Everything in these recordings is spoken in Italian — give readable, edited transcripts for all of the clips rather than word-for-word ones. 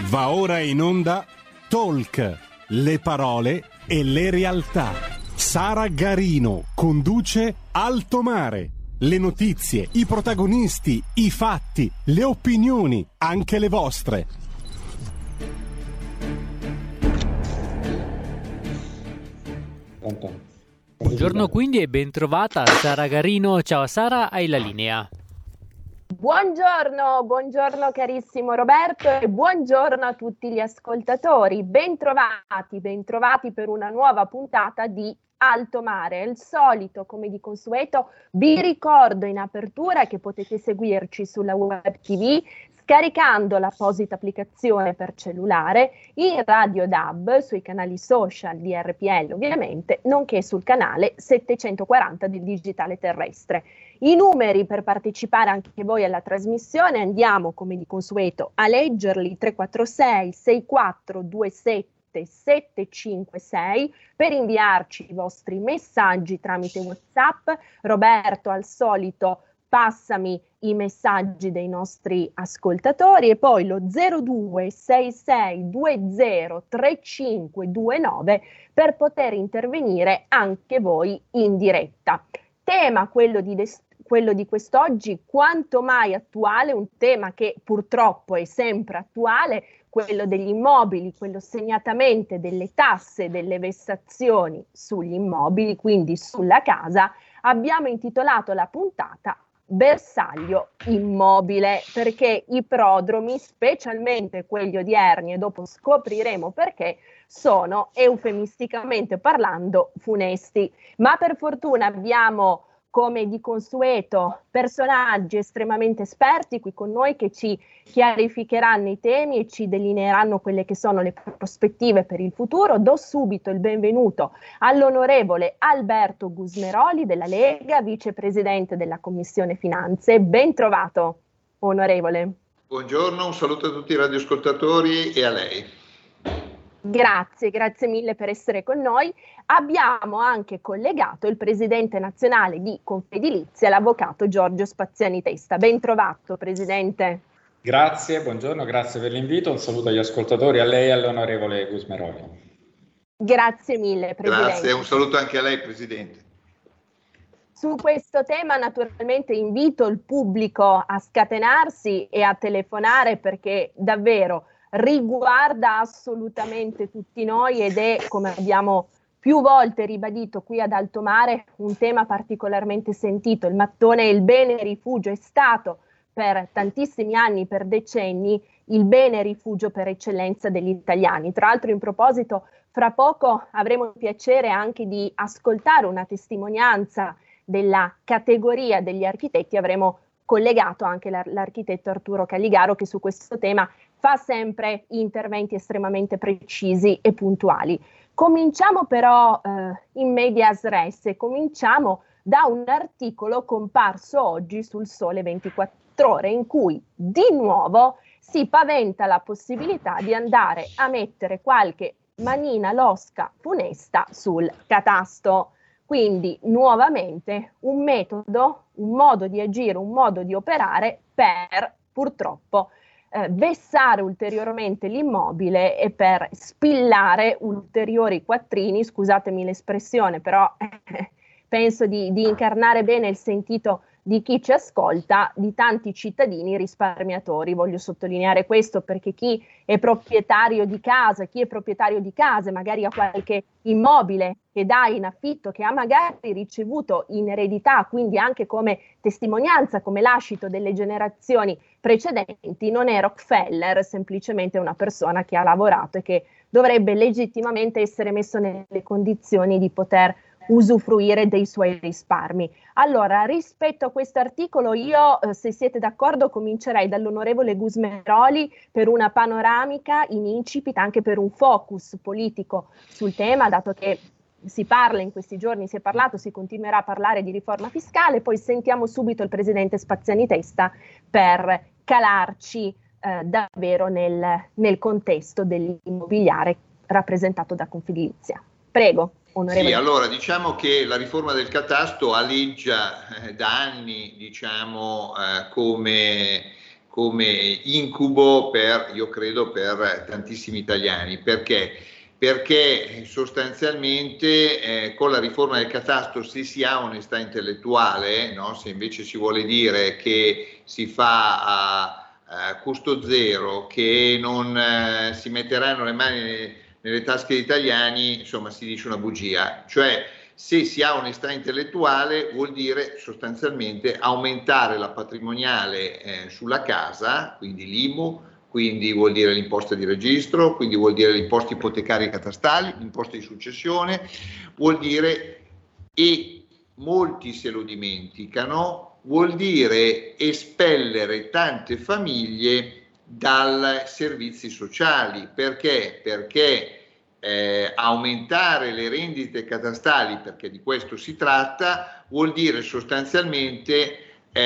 Va ora in onda Talk, le parole e le realtà. Sara Garino conduce Alto Mare. Le notizie, i protagonisti, i fatti, le opinioni, anche le vostre. Buongiorno quindi e ben trovata Sara Garino. Ciao Sara, hai la linea. Buongiorno carissimo Roberto e buongiorno a tutti gli ascoltatori. Bentrovati per una nuova puntata di Alto Mare. Il solito, come di consueto, vi ricordo in apertura che potete seguirci sulla web TV scaricando l'apposita applicazione per cellulare, in Radio DAB, sui canali social di RPL ovviamente, nonché sul canale 740 del digitale terrestre. I numeri per partecipare anche voi alla trasmissione andiamo come di consueto a leggerli: 346 6427 756 per inviarci i vostri messaggi tramite WhatsApp. Roberto al solito passami i messaggi dei nostri ascoltatori e poi lo 0266203529 per poter intervenire anche voi in diretta. Tema quello di quest'oggi quanto mai attuale, un tema che purtroppo è sempre attuale, quello degli immobili, quello segnatamente delle tasse, delle vessazioni sugli immobili, quindi sulla casa. Abbiamo intitolato la puntata Bersaglio immobile, perché i prodromi, specialmente quelli odierni, e dopo scopriremo perché, sono eufemisticamente parlando funesti. Ma per fortuna abbiamo, come di consueto, personaggi estremamente esperti qui con noi che ci chiarificheranno i temi e ci delineeranno quelle che sono le prospettive per il futuro. Do subito il benvenuto all'onorevole Alberto Gusmeroli della Lega, vicepresidente della Commissione Finanze. Ben trovato, onorevole. Buongiorno, un saluto a tutti i radioascoltatori e a lei. Grazie mille per essere con noi. Abbiamo anche collegato il presidente nazionale di Confedilizia, l'avvocato Giorgio Spaziani Testa. Ben trovato, presidente. Grazie, buongiorno, grazie per l'invito. Un saluto agli ascoltatori, a lei e all'onorevole Gusmeroli. Grazie mille, presidente. Grazie, un saluto anche a lei, presidente. Su questo tema naturalmente invito il pubblico a scatenarsi e a telefonare, perché davvero riguarda assolutamente tutti noi ed è, come abbiamo più volte ribadito qui ad Alto Mare, un tema particolarmente sentito. Il mattone e il bene rifugio è stato per tantissimi anni, per decenni, il bene rifugio per eccellenza degli italiani. Tra l'altro, in proposito, fra poco avremo il piacere anche di ascoltare una testimonianza della categoria degli architetti. Avremo collegato anche l'architetto Arturo Calligaro, che su questo tema fa sempre interventi estremamente precisi e puntuali. Cominciamo però in medias res e cominciamo da un articolo comparso oggi sul Sole 24 Ore, in cui di nuovo si paventa la possibilità di andare a mettere qualche manina losca funesta sul catasto. Quindi nuovamente un metodo, un modo di agire, un modo di operare per purtroppo vessare ulteriormente l'immobile e per spillare ulteriori quattrini, scusatemi l'espressione, però penso di incarnare bene il sentito di chi ci ascolta, di tanti cittadini risparmiatori. Voglio sottolineare questo perché chi è proprietario di casa, magari ha qualche immobile che dà in affitto, che ha magari ricevuto in eredità, quindi anche come testimonianza, come lascito delle generazioni precedenti, non è Rockefeller, semplicemente una persona che ha lavorato e che dovrebbe legittimamente essere messo nelle condizioni di poter usufruire dei suoi risparmi. Allora, rispetto a questo articolo, io, se siete d'accordo, comincerei dall'onorevole Gusmeroli per una panoramica in incipit, anche per un focus politico sul tema, dato che si parla in questi giorni, si è parlato, si continuerà a parlare di riforma fiscale. Poi sentiamo subito il presidente Spaziani Testa per calarci davvero nel contesto dell'immobiliare rappresentato da Confedilizia. Prego. Sì, allora diciamo che la riforma del catasto aleggia da anni, diciamo, come come incubo io credo per tantissimi italiani. Perché sostanzialmente con la riforma del catasto, se si ha onestà intellettuale, no? Se invece si vuole dire che si fa a costo zero, che non si metteranno le mani nelle tasche degli italiani, insomma si dice una bugia. Cioè, se si ha onestà intellettuale vuol dire sostanzialmente aumentare la patrimoniale sulla casa, quindi l'IMU, quindi vuol dire l'imposta di registro, quindi vuol dire l'imposta ipotecaria e catastali, l'imposta di successione, vuol dire, e molti se lo dimenticano, vuol dire espellere tante famiglie dai servizi sociali. Perché? Perché aumentare le rendite catastali, perché di questo si tratta, vuol dire sostanzialmente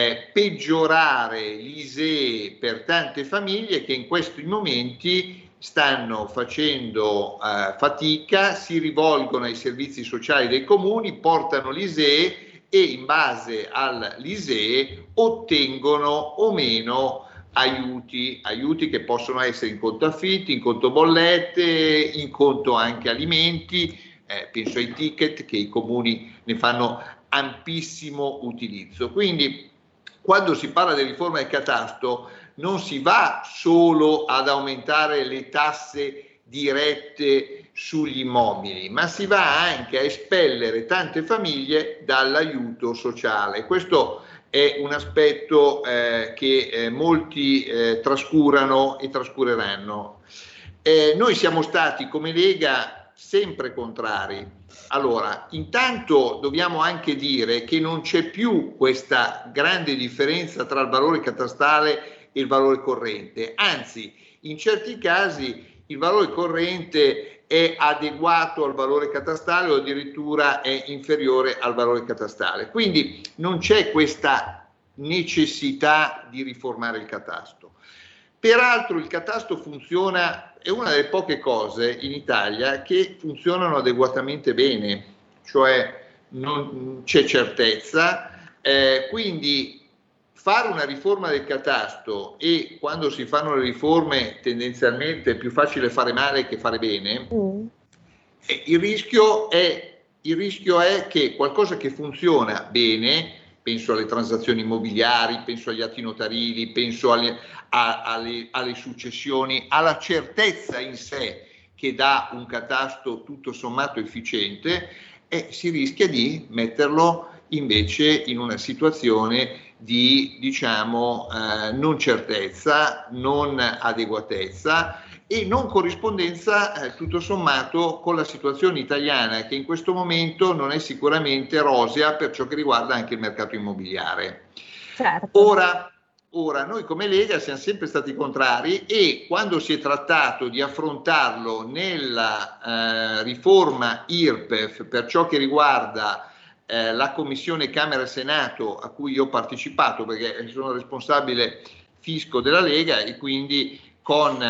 peggiorare l'ISEE per tante famiglie che in questi momenti stanno facendo fatica, si rivolgono ai servizi sociali dei comuni, portano l'ISEE e in base all'ISEE ottengono o meno aiuti che possono essere in conto affitti, in conto bollette, in conto anche alimenti, penso ai ticket che i comuni ne fanno ampissimo utilizzo. Quindi quando si parla di riforma del catasto non si va solo ad aumentare le tasse dirette sugli immobili, ma si va anche a espellere tante famiglie dall'aiuto sociale. Questo è un aspetto che molti trascurano e trascureranno. Noi siamo stati come Lega sempre contrari. Allora, intanto dobbiamo anche dire che non c'è più questa grande differenza tra il valore catastale e il valore corrente, anzi, in certi casi il valore corrente è adeguato al valore catastale o addirittura è inferiore al valore catastale. Quindi non c'è questa necessità di riformare il catasto. Peraltro il catasto funziona, è una delle poche cose in Italia che funzionano adeguatamente bene, cioè non c'è certezza, quindi fare una riforma del catasto, e quando si fanno le riforme tendenzialmente è più facile fare male che fare bene, il rischio è che qualcosa che funziona bene, penso alle transazioni immobiliari, penso agli atti notarili, penso alle successioni, alla certezza in sé che dà un catasto tutto sommato efficiente, e si rischia di metterlo invece in una situazione di, diciamo, non certezza, non adeguatezza e non corrispondenza tutto sommato con la situazione italiana, che in questo momento non è sicuramente rosea per ciò che riguarda anche il mercato immobiliare. Certo. Ora noi come Lega siamo sempre stati contrari, e quando si è trattato di affrontarlo nella riforma IRPEF per ciò che riguarda la commissione Camera e Senato a cui io ho partecipato, perché sono responsabile fisco della Lega, e quindi con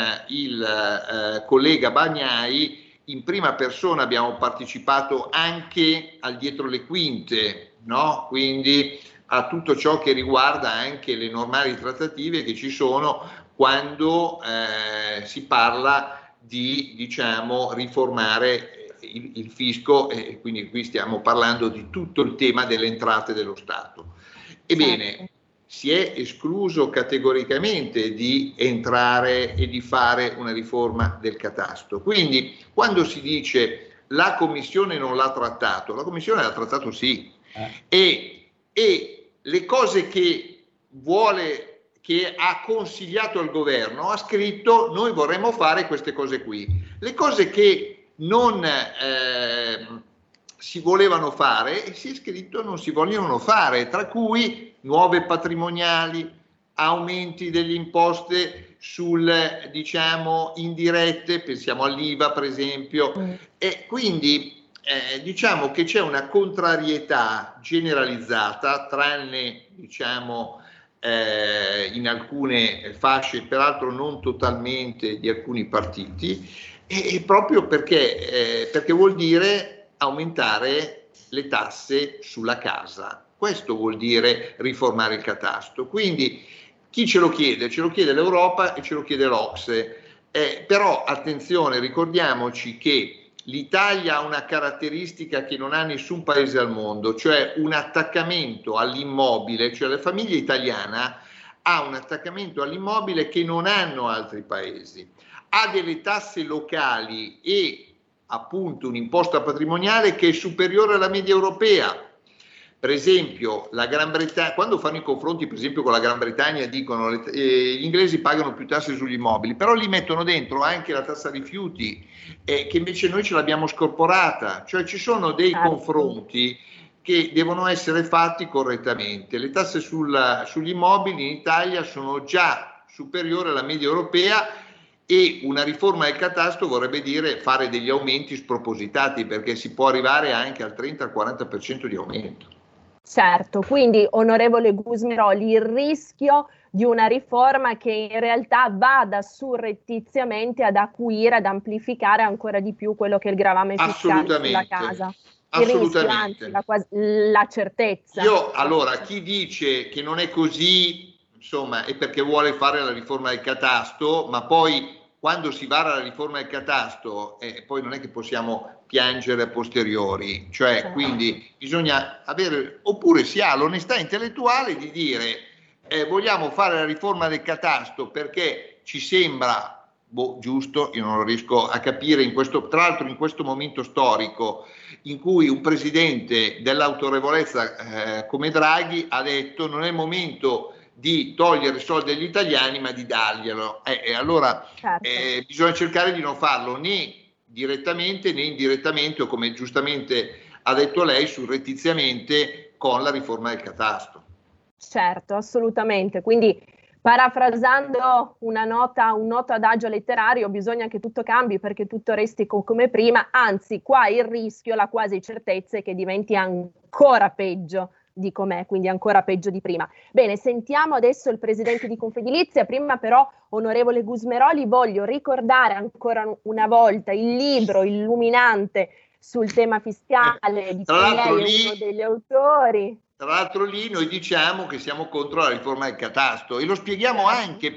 il collega Bagnai in prima persona abbiamo partecipato anche al dietro le quinte, no? Quindi a tutto ciò che riguarda anche le normali trattative che ci sono quando si parla di, diciamo, riformare il fisco, e quindi qui stiamo parlando di tutto il tema delle entrate dello Stato. Ebbene, si è escluso categoricamente di entrare e di fare una riforma del catasto. Quindi quando si dice la Commissione non l'ha trattato, la Commissione l'ha trattato sì, e le cose che ha consigliato al governo, ha scritto: noi vorremmo fare queste cose qui. Le cose che non si volevano fare, si è scritto non si vogliono fare, tra cui nuove patrimoniali, aumenti delle imposte diciamo indirette, pensiamo all'IVA per esempio, e quindi diciamo che c'è una contrarietà generalizzata, tranne diciamo in alcune fasce, peraltro non totalmente, di alcuni partiti, e proprio perché vuol dire aumentare le tasse sulla casa. Questo vuol dire riformare il catasto. Quindi Chi ce lo chiede? Ce lo chiede l'Europa e ce lo chiede l'Ocse. Però attenzione, ricordiamoci che l'Italia ha una caratteristica che non ha nessun paese al mondo, cioè un attaccamento all'immobile, cioè la famiglia italiana ha un attaccamento all'immobile che non hanno altri paesi, ha delle tasse locali e appunto un'imposta patrimoniale che è superiore alla media europea. Per esempio, la Gran Bretagna, quando fanno i confronti per esempio con la Gran Bretagna, dicono gli inglesi pagano più tasse sugli immobili, però li mettono dentro anche la tassa rifiuti, che invece noi ce l'abbiamo scorporata, cioè ci sono dei confronti che devono essere fatti correttamente. Le tasse sugli immobili in Italia sono già superiori alla media europea e una riforma del catasto vorrebbe dire fare degli aumenti spropositati, perché si può arrivare anche al 30-40% di aumento. Certo, quindi onorevole Gusmeroli, il rischio di una riforma che in realtà vada surrettiziamente ad acuire, ad amplificare ancora di più quello che è il gravame fiscale sulla casa. Assolutamente. Il rischio, anzi, la certezza. Allora, chi dice che non è così, insomma, è perché vuole fare la riforma del catasto, ma poi quando si vara la riforma del catasto, poi non è che possiamo piangere a posteriori, cioè quindi bisogna avere, oppure si ha l'onestà intellettuale di dire vogliamo fare la riforma del catasto perché ci sembra giusto, io non lo riesco a capire tra l'altro in questo momento storico in cui un presidente dell'autorevolezza come Draghi ha detto non è il momento di togliere soldi agli italiani ma di darglielo, allora bisogna cercare di non farlo né direttamente né indirettamente o come giustamente ha detto lei surrettiziamente con la riforma del catasto. Certo, assolutamente, quindi parafrasando un noto adagio letterario, bisogna che tutto cambi perché tutto resti come prima, anzi qua il rischio, la quasi certezza è che diventi ancora peggio di com'è, quindi ancora peggio di prima. Bene, sentiamo adesso il presidente di Confedilizia. Prima però, onorevole Gusmeroli, voglio ricordare ancora una volta il libro illuminante sul tema fiscale di cui lei è uno degli autori. Tra l'altro lì noi diciamo che siamo contro la riforma del catasto e lo spieghiamo anche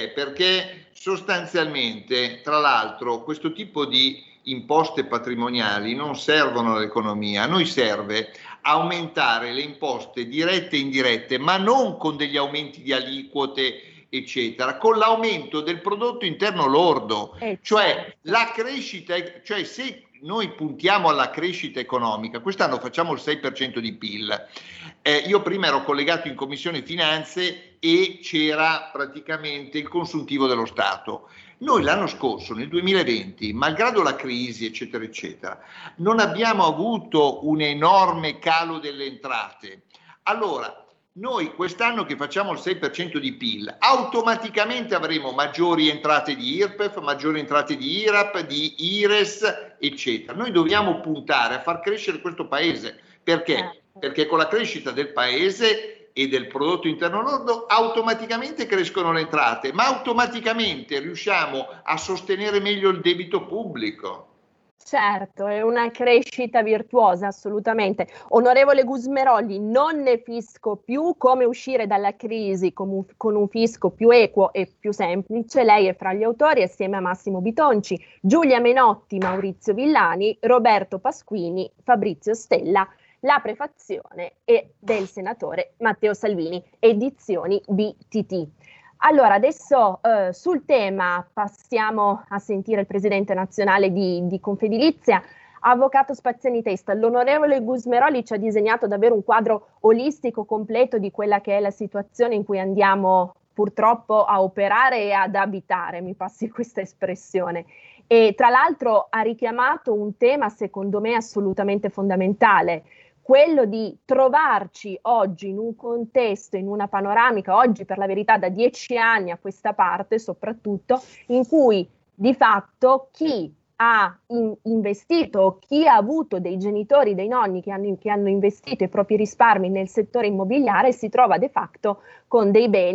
perché sostanzialmente, tra l'altro, questo tipo di imposte patrimoniali non servono all'economia, a noi serve aumentare le imposte dirette e indirette, ma non con degli aumenti di aliquote eccetera, con l'aumento del prodotto interno lordo, cioè la crescita, cioè se noi puntiamo alla crescita economica, quest'anno facciamo il 6% di PIL, io prima ero collegato in Commissione Finanze e c'era praticamente il consuntivo dello Stato. Noi l'anno scorso, nel 2020, malgrado la crisi, eccetera, eccetera, non abbiamo avuto un enorme calo delle entrate. Allora, noi quest'anno che facciamo il 6% di PIL, automaticamente avremo maggiori entrate di IRPEF, maggiori entrate di IRAP, di IRES, eccetera. Noi dobbiamo puntare a far crescere questo paese. Perché? Perché con la crescita del paese e del prodotto interno lordo automaticamente crescono le entrate, ma automaticamente riusciamo a sostenere meglio il debito pubblico. Certo, è una crescita virtuosa, assolutamente. Onorevole Gusmeroli, non ne fisco più, come uscire dalla crisi con un fisco più equo e più semplice. Lei è fra gli autori assieme a Massimo Bitonci, Giulia Menotti, Maurizio Villani, Roberto Pasquini, Fabrizio Stella. La prefazione è del senatore Matteo Salvini, edizioni BTT. Allora, adesso sul tema passiamo a sentire il presidente nazionale di Confedilizia, avvocato Spaziani Testa. L'onorevole Gusmeroli ci ha disegnato davvero un quadro olistico completo di quella che è la situazione in cui andiamo purtroppo a operare e ad abitare, mi passi questa espressione. E tra l'altro ha richiamato un tema secondo me assolutamente fondamentale, quello di trovarci oggi in un contesto, in una panoramica, oggi per la verità da 10 anni a questa parte soprattutto, in cui di fatto chi ha investito, chi ha avuto dei genitori, dei nonni che hanno investito i propri risparmi nel settore immobiliare si trova de facto con dei beni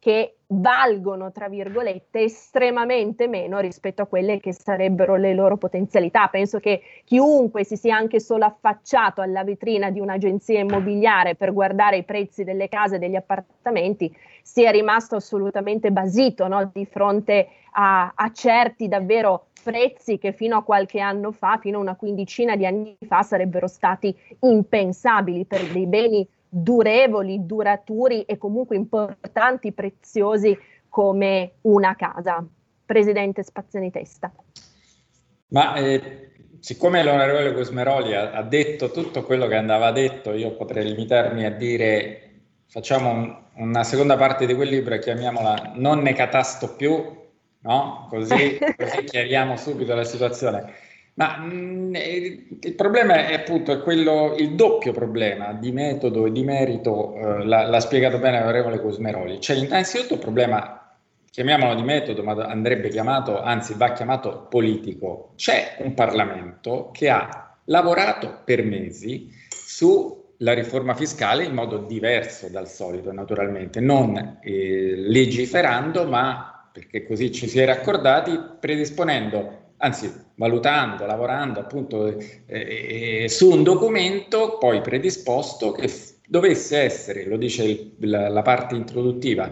che valgono, tra virgolette, estremamente meno rispetto a quelle che sarebbero le loro potenzialità. Penso che chiunque si sia anche solo affacciato alla vetrina di un'agenzia immobiliare per guardare i prezzi delle case e degli appartamenti sia rimasto assolutamente basito, no? Di fronte a certi davvero prezzi che fino a qualche anno fa, fino a una quindicina di anni fa, sarebbero stati impensabili per dei beni durevoli, duraturi e comunque importanti, preziosi come una casa. Presidente Spaziani Testa. Ma siccome l'onorevole Gusmeroli ha detto tutto quello che andava detto, io potrei limitarmi a dire: facciamo una seconda parte di quel libro e chiamiamola "Non ne catasto più", no? Così chiariamo subito la situazione. Ma il problema è appunto quello, il doppio problema di metodo e di merito, l'ha spiegato bene l'onorevole Gusmeroli. C'è innanzitutto il problema, chiamiamolo di metodo, ma andrebbe chiamato, anzi va chiamato politico. C'è un Parlamento che ha lavorato per mesi sulla riforma fiscale in modo diverso dal solito, naturalmente, non legiferando, ma perché così ci si era accordati, predisponendo, anzi valutando, lavorando appunto su un documento poi predisposto che dovesse essere, lo dice la parte introduttiva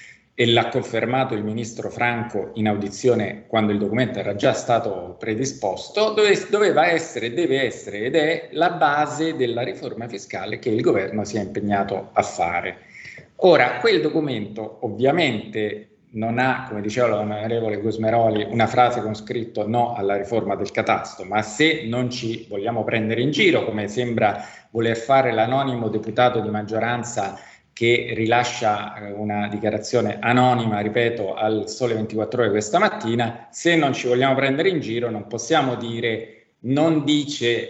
e l'ha confermato il ministro Franco in audizione quando il documento era già stato predisposto, doveva essere, deve essere ed è la base della riforma fiscale che il governo si è impegnato a fare. Ora, quel documento ovviamente non ha, come diceva l'onorevole Gusmeroli, una frase con scritto no alla riforma del catasto, ma se non ci vogliamo prendere in giro, come sembra voler fare l'anonimo deputato di maggioranza che rilascia una dichiarazione anonima, ripeto, al Sole 24 Ore questa mattina, se non ci vogliamo prendere in giro non possiamo dire non dice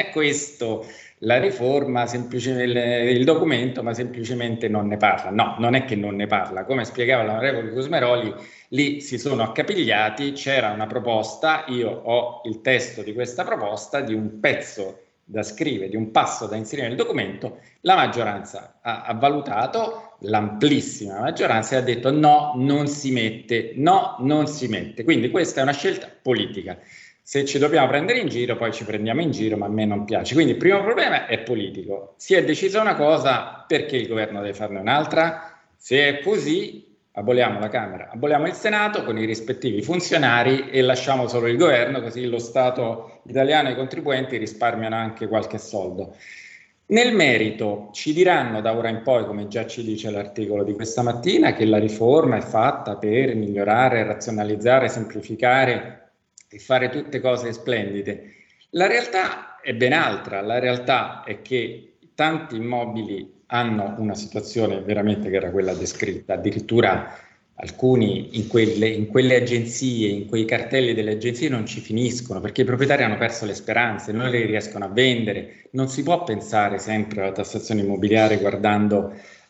questo la riforma, semplicemente il documento, ma semplicemente non ne parla. No, non è che non ne parla. Come spiegava l'onorevole Gusmeroli, lì si sono accapigliati, c'era una proposta, io ho il testo di questa proposta, di un pezzo da scrivere, di un passo da inserire nel documento, la maggioranza ha valutato, l'amplissima maggioranza, e ha detto no, non si mette, no, non si mette. Quindi questa è una scelta politica. Se ci dobbiamo prendere in giro, poi ci prendiamo in giro, ma a me non piace. Quindi il primo problema è politico. Si è decisa una cosa, perché il governo deve farne un'altra? Se è così, aboliamo la Camera, aboliamo il Senato con i rispettivi funzionari e lasciamo solo il governo, così lo Stato italiano e i contribuenti risparmiano anche qualche soldo. Nel merito ci diranno da ora in poi, come già ci dice l'articolo di questa mattina, che la riforma è fatta per migliorare, razionalizzare, semplificare e fare tutte cose splendide. La realtà è ben altra, la realtà è che tanti immobili hanno una situazione veramente che era quella descritta, addirittura alcuni in quelle agenzie, in quei cartelli delle agenzie non ci finiscono perché i proprietari hanno perso le speranze, non le riescono a vendere. Non si può pensare sempre alla tassazione immobiliare guardando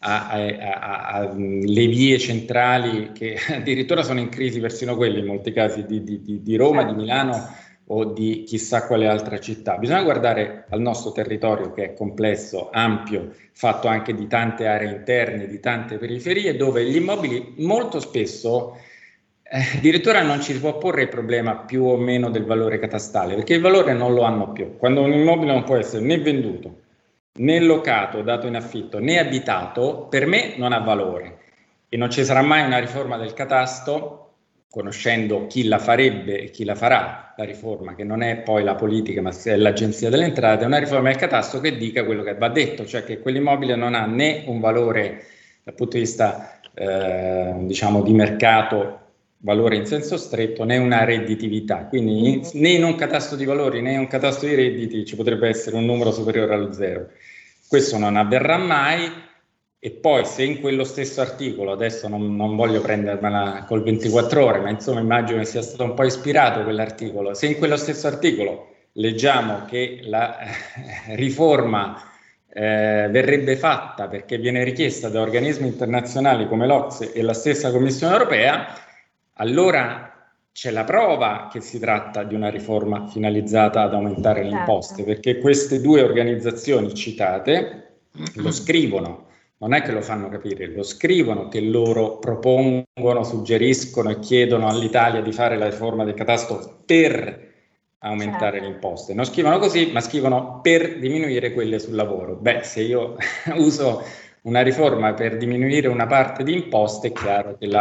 le vie centrali che addirittura sono in crisi, persino quelle in molti casi di Roma, di Milano o di chissà quale altra città. Bisogna guardare al nostro territorio, che è complesso, ampio, fatto anche di tante aree interne, di tante periferie, dove gli immobili molto spesso addirittura non ci si può porre il problema più o meno del valore catastale, perché il valore non lo hanno più. Quando un immobile non può essere né venduto, né locato, dato in affitto, né abitato, per me non ha valore. E non ci sarà mai una riforma del catasto, conoscendo chi la farebbe e chi la farà, la riforma, che non è poi la politica ma è l'Agenzia delle Entrate, una riforma del catasto che dica quello che va detto, cioè che quell'immobile non ha né un valore dal punto di vista diciamo di mercato, valore in senso stretto, né una redditività. Quindi né in un catasto di valori né in un catasto di redditi ci potrebbe essere un numero superiore allo zero. Questo non avverrà mai. E poi se in quello stesso articolo, adesso non voglio prendermela col 24 ore, ma insomma immagino che sia stato un po' ispirato quell'articolo, se in quello stesso articolo leggiamo che la riforma verrebbe fatta perché viene richiesta da organismi internazionali come l'OCSE e la stessa Commissione Europea, allora c'è la prova che si tratta di una riforma finalizzata ad aumentare le imposte, perché queste due organizzazioni citate lo scrivono. non è che lo fanno capire, lo scrivono che loro propongono, suggeriscono e chiedono all'Italia di fare la riforma del catasto per aumentare le imposte. Non scrivono così, ma scrivono per diminuire quelle sul lavoro. Beh, se io uso una riforma per diminuire una parte di imposte, è chiaro che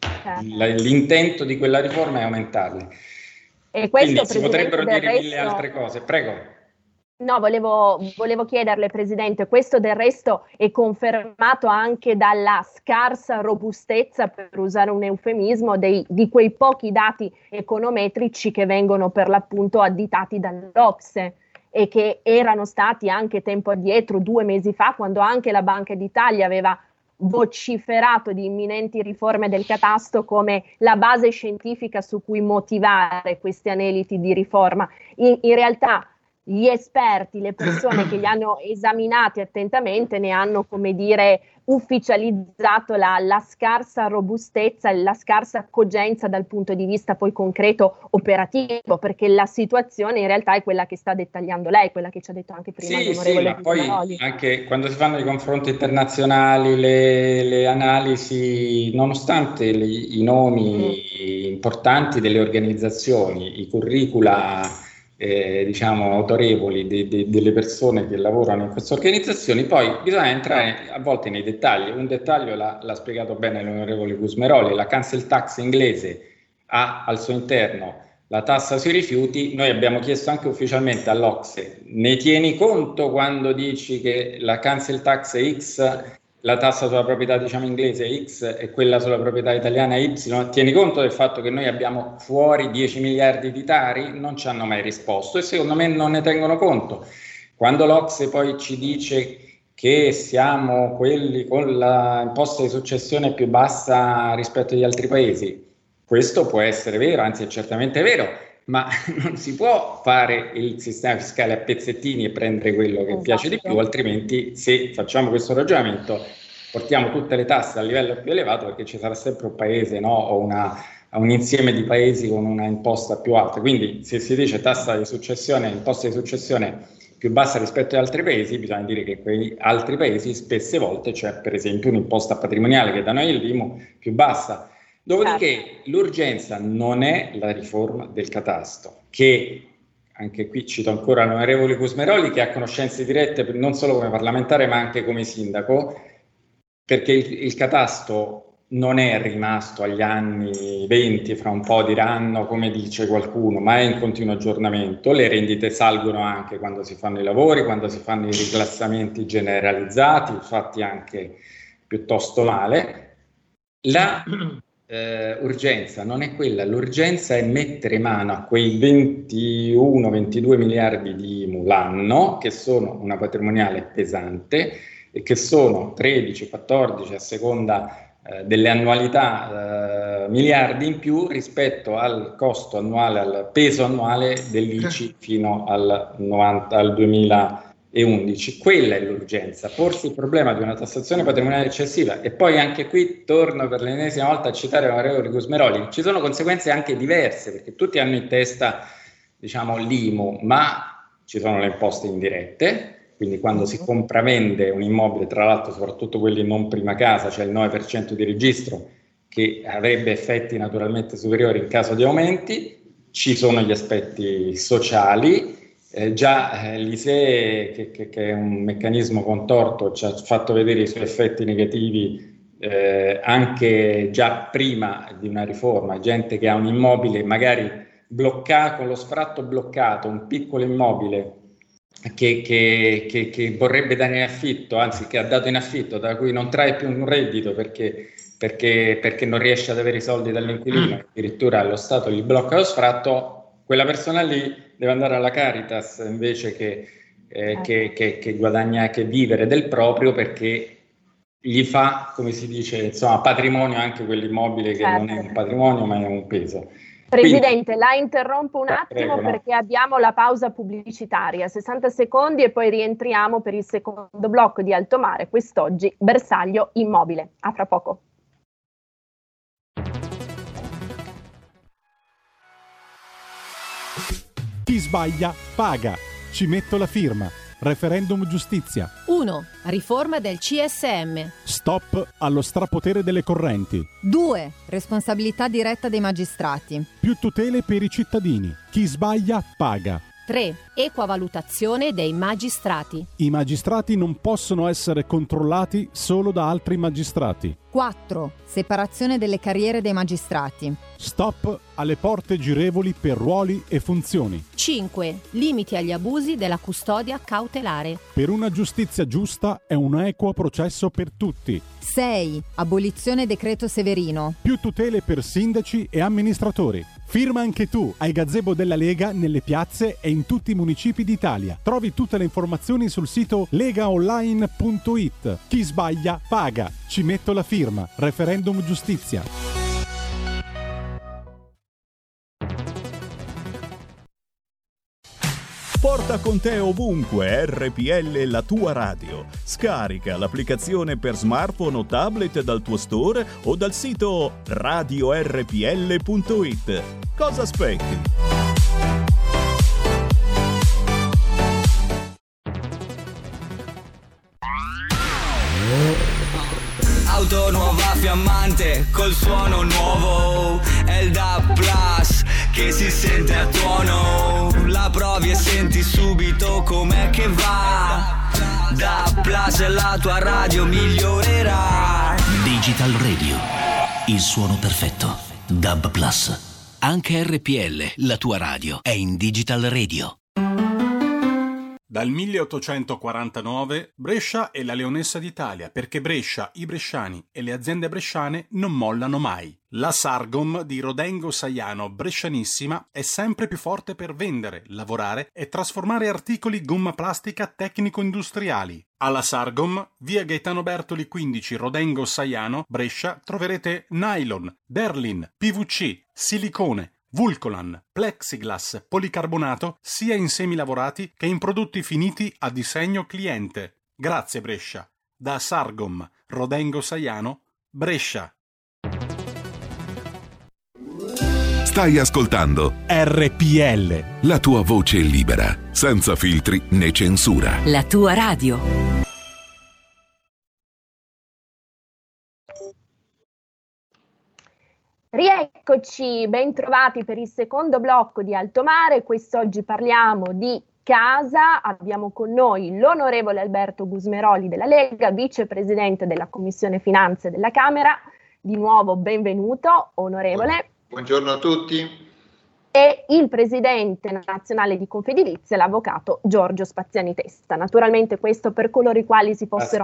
l'intento di quella riforma è aumentarle. E questo, quindi si potrebbero dire mille altre cose. Prego. No, volevo chiederle, Presidente, questo del resto è confermato anche dalla scarsa robustezza, per usare un eufemismo, di quei pochi dati econometrici che vengono per l'appunto additati dall'OCSE e che erano stati anche tempo addietro, 2 mesi fa, quando anche la Banca d'Italia aveva vociferato di imminenti riforme del catasto come la base scientifica su cui motivare questi aneliti di riforma. In realtà gli esperti, le persone che li hanno esaminati attentamente ne hanno, come dire, ufficializzato la scarsa robustezza e la scarsa cogenza dal punto di vista poi concreto operativo, perché la situazione in realtà è quella che sta dettagliando lei, quella che ci ha detto anche prima l'onorevole ma poi anche quando si fanno i confronti internazionali, le analisi, nonostante i nomi importanti delle organizzazioni, i curricula diciamo autorevoli delle persone che lavorano in queste organizzazioni, poi bisogna entrare a volte nei dettagli. Un dettaglio l'ha spiegato bene l'onorevole Gusmeroli: la cancel tax inglese ha al suo interno la tassa sui rifiuti. Noi abbiamo chiesto anche ufficialmente all'OCSE: ne tieni conto quando dici che la cancel tax è X, la tassa sulla proprietà diciamo inglese è X e quella sulla proprietà italiana è Y? Tieni conto del fatto che noi abbiamo fuori 10 miliardi di tari? Non ci hanno mai risposto e secondo me non ne tengono conto. Quando l'OCSE poi ci dice che siamo quelli con la imposta di successione più bassa rispetto agli altri paesi, questo può essere vero, anzi è certamente vero, ma non si può fare il sistema fiscale a pezzettini e prendere quello che piace di più, altrimenti se facciamo questo ragionamento portiamo tutte le tasse al livello più elevato, perché ci sarà sempre un paese, no, o un insieme di paesi con una imposta più alta. Quindi se si dice tassa di successione, imposta di successione più bassa rispetto agli altri paesi, bisogna dire che quei altri paesi spesse volte c'è per esempio un'imposta patrimoniale che da noi è l'IMU più bassa. Dopodiché l'urgenza non è la riforma del catasto, che anche qui cito ancora l'onorevole Gusmeroli, che ha conoscenze dirette non solo come parlamentare ma anche come sindaco, perché il catasto non è rimasto agli anni 20, fra un po' diranno, come dice qualcuno, ma è in continuo aggiornamento. Le rendite salgono anche quando si fanno i lavori, quando si fanno i riclassamenti generalizzati, fatti anche piuttosto male. La urgenza non è quella, l'urgenza è mettere mano a quei 21-22 miliardi di IMU l'anno, che sono una patrimoniale pesante e che sono 13-14 a seconda delle annualità miliardi in più rispetto al costo annuale, al peso annuale dell'ICI fino al 2011. Quella è l'urgenza, porsi il problema di una tassazione patrimoniale eccessiva. E poi anche qui torno per l'ennesima volta a citare l'onorevole Gusmeroli: ci sono conseguenze anche diverse, perché tutti hanno in testa diciamo l'IMU, ma ci sono le imposte indirette. Quindi quando si compravende un immobile, tra l'altro soprattutto quelli non prima casa, c'è il 9% di registro che avrebbe effetti naturalmente superiori in caso di aumenti. Ci sono gli aspetti sociali. Già l'ISEE, che è un meccanismo contorto, ci ha fatto vedere i suoi effetti negativi anche già prima di una riforma. Gente che ha un immobile magari bloccato, con lo sfratto bloccato, un piccolo immobile che vorrebbe dare in affitto, anzi che ha dato in affitto, da cui non trae più un reddito perché non riesce ad avere i soldi dall'inquilino, addirittura lo Stato gli blocca lo sfratto. Quella persona lì deve andare alla Caritas invece che guadagnare, che vivere del proprio, perché gli fa, come si dice, insomma, patrimonio anche quell'immobile che non è un patrimonio ma è un peso. Presidente, la interrompo un attimo prego, perché abbiamo la pausa pubblicitaria, 60 secondi e poi rientriamo per il secondo blocco di Alto Mare, quest'oggi bersaglio immobile. A fra poco. Chi sbaglia paga. Ci metto la firma. referendum giustizia. 1. Riforma del CSM. Stop allo strapotere delle correnti. 2. Responsabilità diretta dei magistrati. Più tutele per i cittadini. Chi sbaglia paga. 3. Equa valutazione dei magistrati. I magistrati non possono essere controllati solo da altri magistrati. 4. Separazione delle carriere dei magistrati. Stop alle porte girevoli per ruoli e funzioni. 5. Limiti agli abusi della custodia cautelare. Per una giustizia giusta e un equo processo per tutti. 6. Abolizione decreto Severino. Più tutele per sindaci e amministratori. Firma anche tu ai gazebo della Lega nelle piazze e in tutti i municipi d'Italia. Trovi tutte le informazioni sul sito legaonline.it. Chi sbaglia paga. Ci metto la firma. Referendum giustizia. Porta con te ovunque RPL, la tua radio. Scarica l'applicazione per smartphone o tablet dal tuo store o dal sito radiorpl.it. Cosa aspetti? Auto nuova fiammante col suono nuovo, è il DAB Plus che si sente a tuono. La provi e senti subito com'è che va. DAB Plus, la tua radio migliorerà. Digital Radio, il suono perfetto. DAB Plus. Anche RPL, la tua radio, è in Digital Radio. Dal 1849 Brescia è la leonessa d'Italia, perché Brescia, i bresciani e le aziende bresciane non mollano mai. La Sargom di Rodengo Saiano, brescianissima, è sempre più forte per vendere, lavorare e trasformare articoli gomma plastica tecnico-industriali. Alla Sargom, via Gaetano Bertoli 15, Rodengo Saiano, Brescia, troverete nylon, Berlin, PVC, silicone, Vulcolan, plexiglass, policarbonato, sia in semi lavorati che in prodotti finiti a disegno cliente. Grazie Brescia. Da Sargom, Rodengo Saiano, Brescia. Stai ascoltando RPL. La tua voce libera, senza filtri né censura. La tua radio. Rieccoci, ben trovati per il secondo blocco di Alto Mare. Quest'oggi parliamo di casa. Abbiamo con noi l'onorevole Alberto Gusmeroli della Lega, vicepresidente della Commissione Finanze della Camera. Di nuovo benvenuto, onorevole. Buongiorno a tutti. E il presidente nazionale di Confedilizia, l'avvocato Giorgio Spaziani Testa. Naturalmente questo per coloro i quali si fossero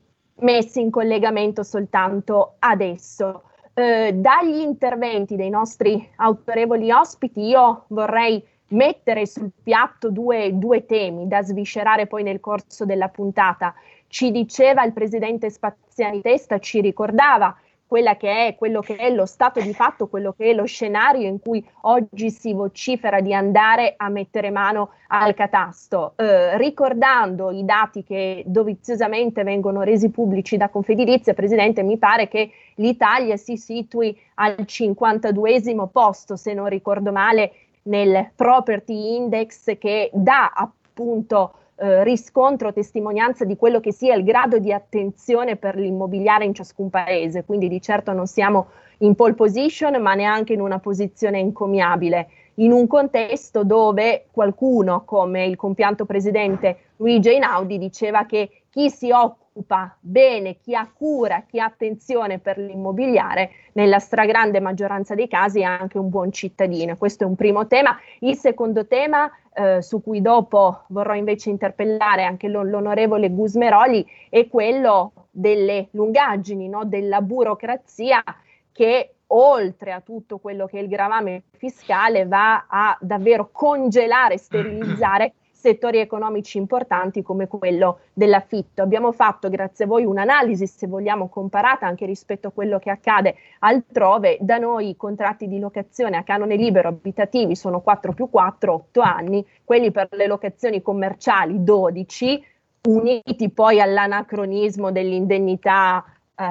messi in collegamento soltanto adesso. Dagli interventi dei nostri autorevoli ospiti io vorrei mettere sul piatto due temi da sviscerare poi nel corso della puntata. Ci diceva il presidente Spaziani Testa, ci ricordava quello che è lo stato di fatto, quello che è lo scenario in cui oggi si vocifera di andare a mettere mano al catasto, ricordando i dati che doviziosamente vengono resi pubblici da Confedilizia. Presidente, mi pare che l'Italia si situi al 52esimo posto, se non ricordo male, nel Property Index, che dà appunto riscontro, testimonianza di quello che sia il grado di attenzione per l'immobiliare in ciascun paese. Quindi di certo non siamo in pole position, ma neanche in una posizione encomiabile, in un contesto dove qualcuno come il compianto presidente Luigi Einaudi diceva che chi si occupa bene, chi ha cura, chi ha attenzione per l'immobiliare, nella stragrande maggioranza dei casi è anche un buon cittadino. Questo è un primo tema. Il secondo tema, su cui dopo vorrò invece interpellare anche l'onorevole Gusmeroli, è quello delle lungaggini, no? Della burocrazia che oltre a tutto quello che è il gravame fiscale va a davvero congelare, sterilizzare settori economici importanti come quello dell'affitto. Abbiamo fatto, grazie a voi, un'analisi, se vogliamo, comparata anche rispetto a quello che accade altrove. Da noi i contratti di locazione a canone libero abitativi sono 4+4, 8 anni, quelli per le locazioni commerciali 12, uniti poi all'anacronismo dell'indennità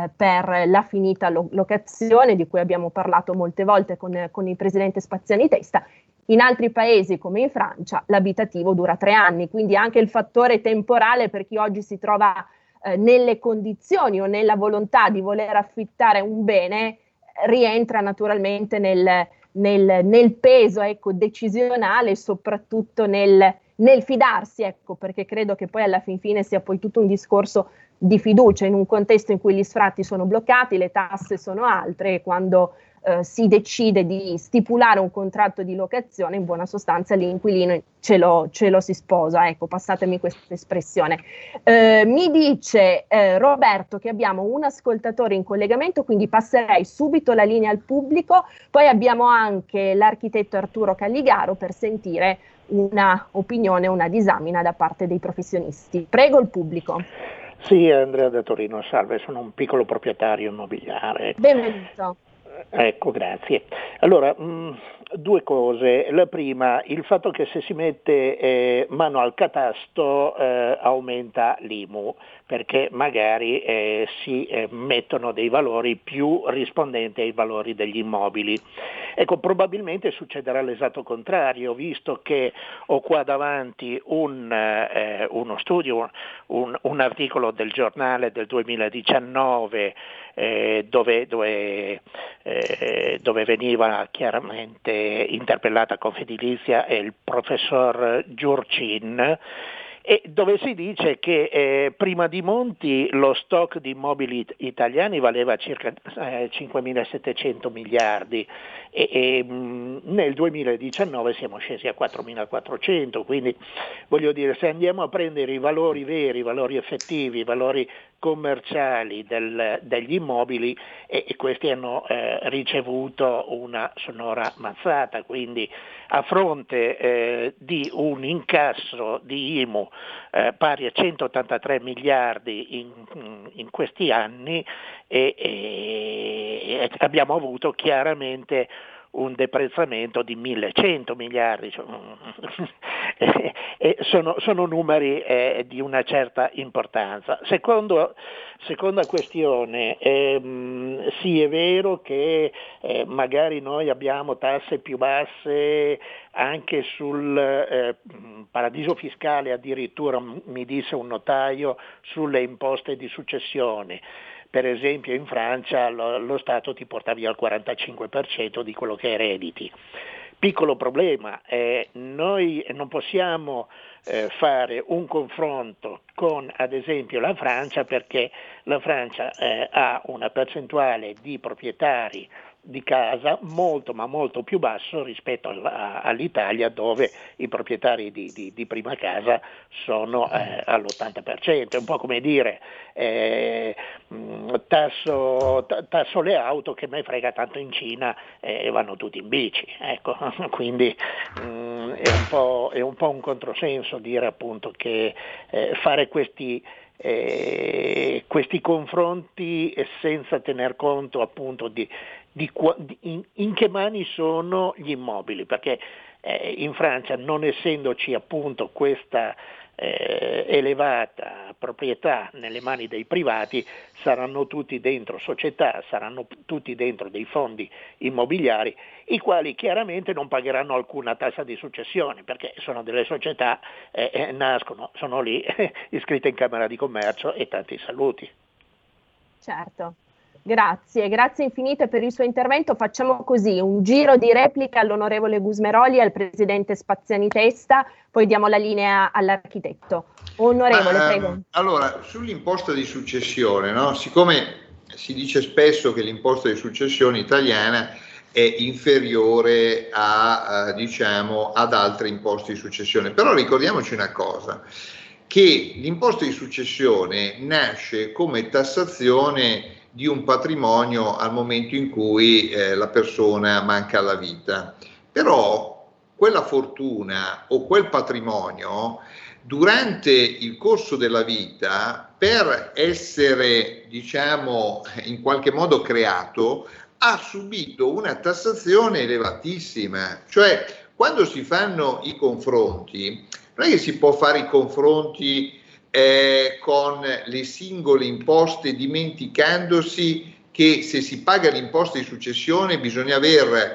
per la finita locazione, di cui abbiamo parlato molte volte con il presidente Spaziani Testa. In altri paesi come in Francia l'abitativo dura 3 anni, quindi anche il fattore temporale per chi oggi si trova nelle condizioni o nella volontà di voler affittare un bene rientra naturalmente nel peso, ecco, decisionale, soprattutto nel fidarsi, ecco, perché credo che poi alla fin fine sia poi tutto un discorso di fiducia in un contesto in cui gli sfratti sono bloccati, le tasse sono altre e quando si decide di stipulare un contratto di locazione, in buona sostanza l'inquilino ce lo si sposa, ecco, passatemi questa espressione. Mi dice Roberto che abbiamo un ascoltatore in collegamento, quindi passerei subito la linea al pubblico, poi abbiamo anche l'architetto Arturo Calligaro per sentire una opinione, una disamina da parte dei professionisti. Prego il pubblico. Sì, Andrea da Torino, salve, sono un piccolo proprietario immobiliare. Benvenuto. Ecco, grazie. Allora, 2 cose. La prima, il fatto che se si mette mano al catasto aumenta l'IMU, perché magari si mettono dei valori più rispondenti ai valori degli immobili. Ecco, probabilmente succederà l'esatto contrario, visto che ho qua davanti uno studio, un articolo del giornale del 2019 dove veniva chiaramente interpellata Confedilizia e il professor Giurcin, e dove si dice che prima di Monti lo stock di immobili italiani valeva circa 5.700 miliardi e nel 2019 siamo scesi a 4.400, quindi voglio dire, se andiamo a prendere i valori veri, i valori effettivi, i valori commerciali degli immobili, e questi hanno ricevuto una sonora mazzata, quindi a fronte di un incasso di IMU pari a 183 miliardi in questi anni e abbiamo avuto chiaramente un deprezzamento di 1.100 miliardi, sono numeri di una certa importanza. Seconda questione, sì, è vero che magari noi abbiamo tasse più basse anche sul paradiso fiscale, addirittura mi disse un notaio, sulle imposte di successione. Per esempio in Francia lo Stato ti porta via il 45% di quello che erediti. Piccolo problema, noi non possiamo fare un confronto con ad esempio la Francia, perché la Francia ha una percentuale di proprietari di casa molto ma molto più basso rispetto all'Italia, dove i proprietari di prima casa sono all'80%. È un po' come dire tasso le auto, che me frega tanto in Cina e vanno tutti in bici, ecco. Quindi è un po' un controsenso dire appunto che fare questi confronti senza tener conto appunto in che mani sono gli immobili, perché in Francia, non essendoci appunto questa elevata proprietà nelle mani dei privati, saranno tutti dentro società, saranno tutti dentro dei fondi immobiliari, i quali chiaramente non pagheranno alcuna tassa di successione, perché sono delle società, nascono, sono lì iscritte in Camera di Commercio, e tanti saluti. Certo. Grazie infinite per il suo intervento. Facciamo così, un giro di replica all'onorevole Gusmeroli e al presidente Spaziani Testa, poi diamo la linea all'architetto. Onorevole, prego. Allora, sull'imposta di successione, no? Siccome si dice spesso che l'imposta di successione italiana è inferiore ad altre imposte di successione, però ricordiamoci una cosa, che l'imposta di successione nasce come tassazione di un patrimonio al momento in cui la persona manca alla vita, però quella fortuna o quel patrimonio durante il corso della vita, per essere in qualche modo creato, ha subito una tassazione elevatissima. Cioè, quando si fanno i confronti, non è che si può fare i confronti con le singole imposte, dimenticandosi che se si paga l'imposta di successione bisogna avere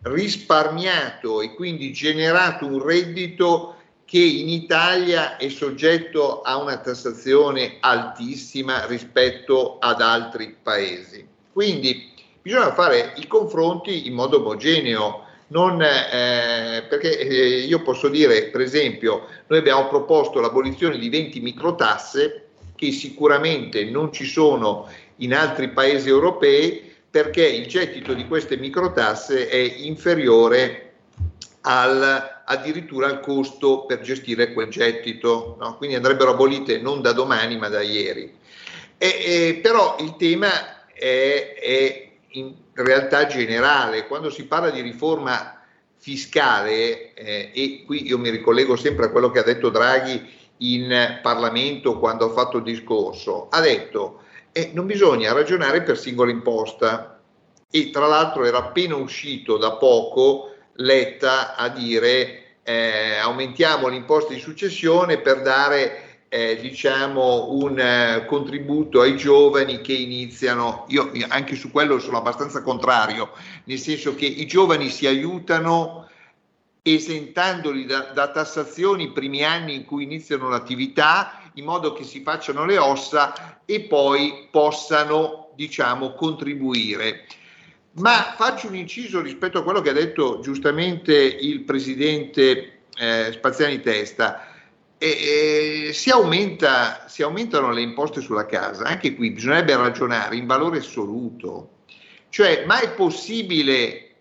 risparmiato e quindi generato un reddito che in Italia è soggetto a una tassazione altissima rispetto ad altri paesi. Quindi bisogna fare i confronti in modo omogeneo, perché io posso dire, per esempio, noi abbiamo proposto l'abolizione di 20 microtasse che sicuramente non ci sono in altri paesi europei, perché il gettito di queste microtasse è inferiore addirittura al costo per gestire quel gettito, no? Quindi andrebbero abolite non da domani ma da ieri. Però il tema è in realtà generale. Quando si parla di riforma fiscale, e qui io mi ricollego sempre a quello che ha detto Draghi in Parlamento quando ha fatto il discorso, ha detto non bisogna ragionare per singola imposta, e tra l'altro era appena uscito da poco Letta a dire aumentiamo l'imposta di successione per dare diciamo un contributo ai giovani che iniziano. Io anche su quello sono abbastanza contrario, nel senso che i giovani si aiutano esentandoli da tassazioni i primi anni in cui iniziano l'attività, in modo che si facciano le ossa e poi possano, diciamo, contribuire. Ma faccio un inciso rispetto a quello che ha detto giustamente il presidente Spaziani Testa. Si aumentano le imposte sulla casa. Anche qui bisognerebbe ragionare in valore assoluto, cioè ma è possibile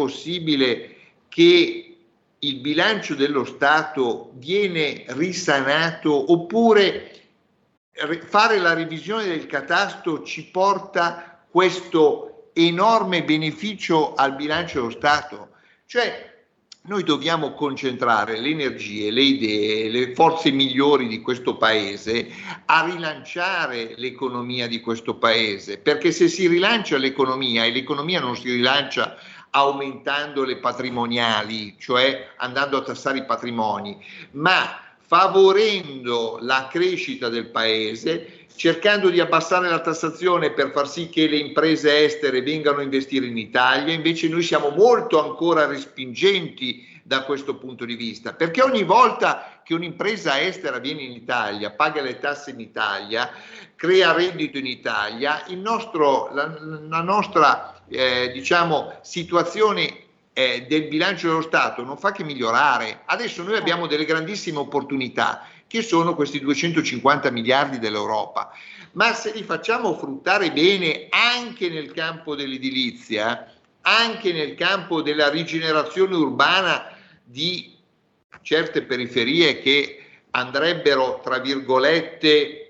che il bilancio dello Stato viene risanato, oppure fare la revisione del catasto ci porta questo enorme beneficio al bilancio dello Stato? Cioè noi dobbiamo concentrare le energie, le idee, le forze migliori di questo paese a rilanciare l'economia di questo paese, perché se si rilancia l'economia, e l'economia non si rilancia aumentando le patrimoniali, cioè andando a tassare i patrimoni, ma favorendo la crescita del paese, cercando di abbassare la tassazione per far sì che le imprese estere vengano a investire in Italia. Invece noi siamo molto ancora respingenti da questo punto di vista, perché ogni volta che un'impresa estera viene in Italia, paga le tasse in Italia, crea reddito in Italia, la nostra diciamo situazione del bilancio dello Stato non fa che migliorare. Adesso noi abbiamo delle grandissime opportunità, che sono questi 250 miliardi dell'Europa, ma se li facciamo fruttare bene anche nel campo dell'edilizia, anche nel campo della rigenerazione urbana di certe periferie che andrebbero, tra virgolette,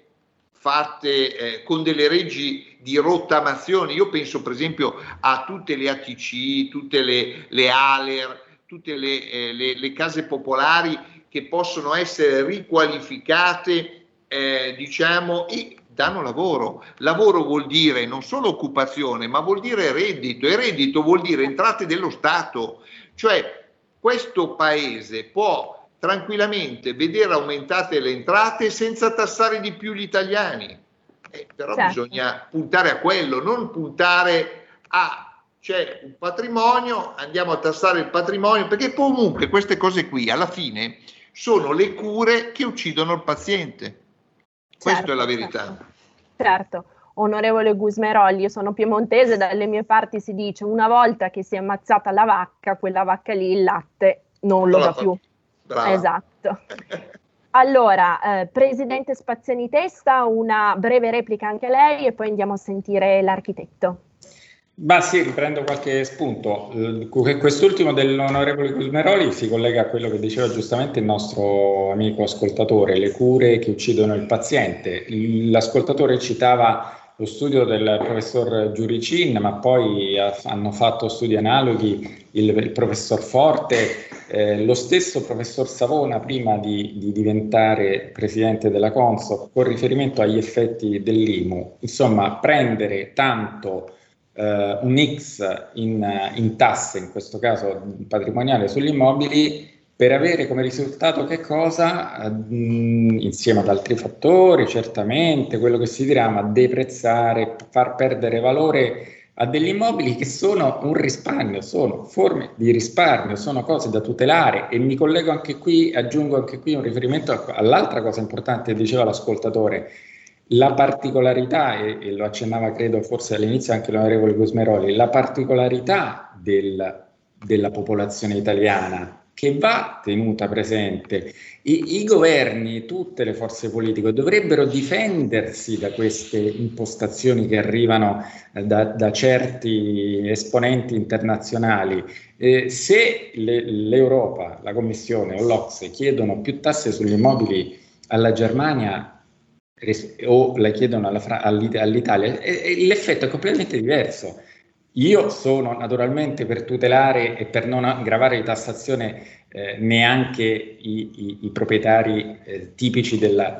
fatte con delle leggi di rottamazione. Io penso per esempio a tutte le ATC, tutte le ALER, tutte le case popolari che possono essere riqualificate, diciamo, e danno lavoro. Lavoro vuol dire non solo occupazione, ma vuol dire reddito, e reddito vuol dire entrate dello Stato. Cioè questo paese può tranquillamente vedere aumentate le entrate senza tassare di più gli italiani. Però certo, bisogna puntare a quello, non puntare c'è un patrimonio, andiamo a tassare il patrimonio, perché comunque queste cose qui alla fine sono le cure che uccidono il paziente. Questa è la verità. Certo. Onorevole Gusmeroli, io sono piemontese, dalle mie parti si dice: una volta che si è ammazzata la vacca, quella vacca lì il latte non lo dà più. Brava. Esatto. Allora, Presidente Spaziani Testa, una breve replica anche a lei e poi andiamo a sentire l'architetto. Ma sì, riprendo qualche spunto. Quest'ultimo dell'onorevole Gusmeroli si collega a quello che diceva giustamente il nostro amico ascoltatore, le cure che uccidono il paziente. L'ascoltatore citava lo studio del professor Giuricin, ma poi hanno fatto studi analoghi il professor Forte, lo stesso professor Savona prima di diventare presidente della Consob, con riferimento agli effetti dell'IMU. Insomma, prendere tanto un X in tasse, in questo caso patrimoniale sugli immobili, per avere come risultato che cosa? Insieme ad altri fattori, certamente, quello che si dirà, ma deprezzare, far perdere valore a degli immobili che sono un risparmio, sono forme di risparmio, sono cose da tutelare. E mi collego anche qui, aggiungo anche qui un riferimento all'altra cosa importante che diceva l'ascoltatore. La particolarità, e lo accennava credo forse all'inizio anche l'onorevole Gusmeroli, la particolarità della popolazione italiana che va tenuta presente. I governi, tutte le forze politiche dovrebbero difendersi da queste impostazioni che arrivano da certi esponenti internazionali. Se l'Europa, la Commissione o l'Ocse chiedono più tasse sugli immobili alla Germania o la chiedono all'Italia, l'effetto è completamente diverso. Io sono naturalmente per tutelare e per non aggravare di tassazione neanche i proprietari tipici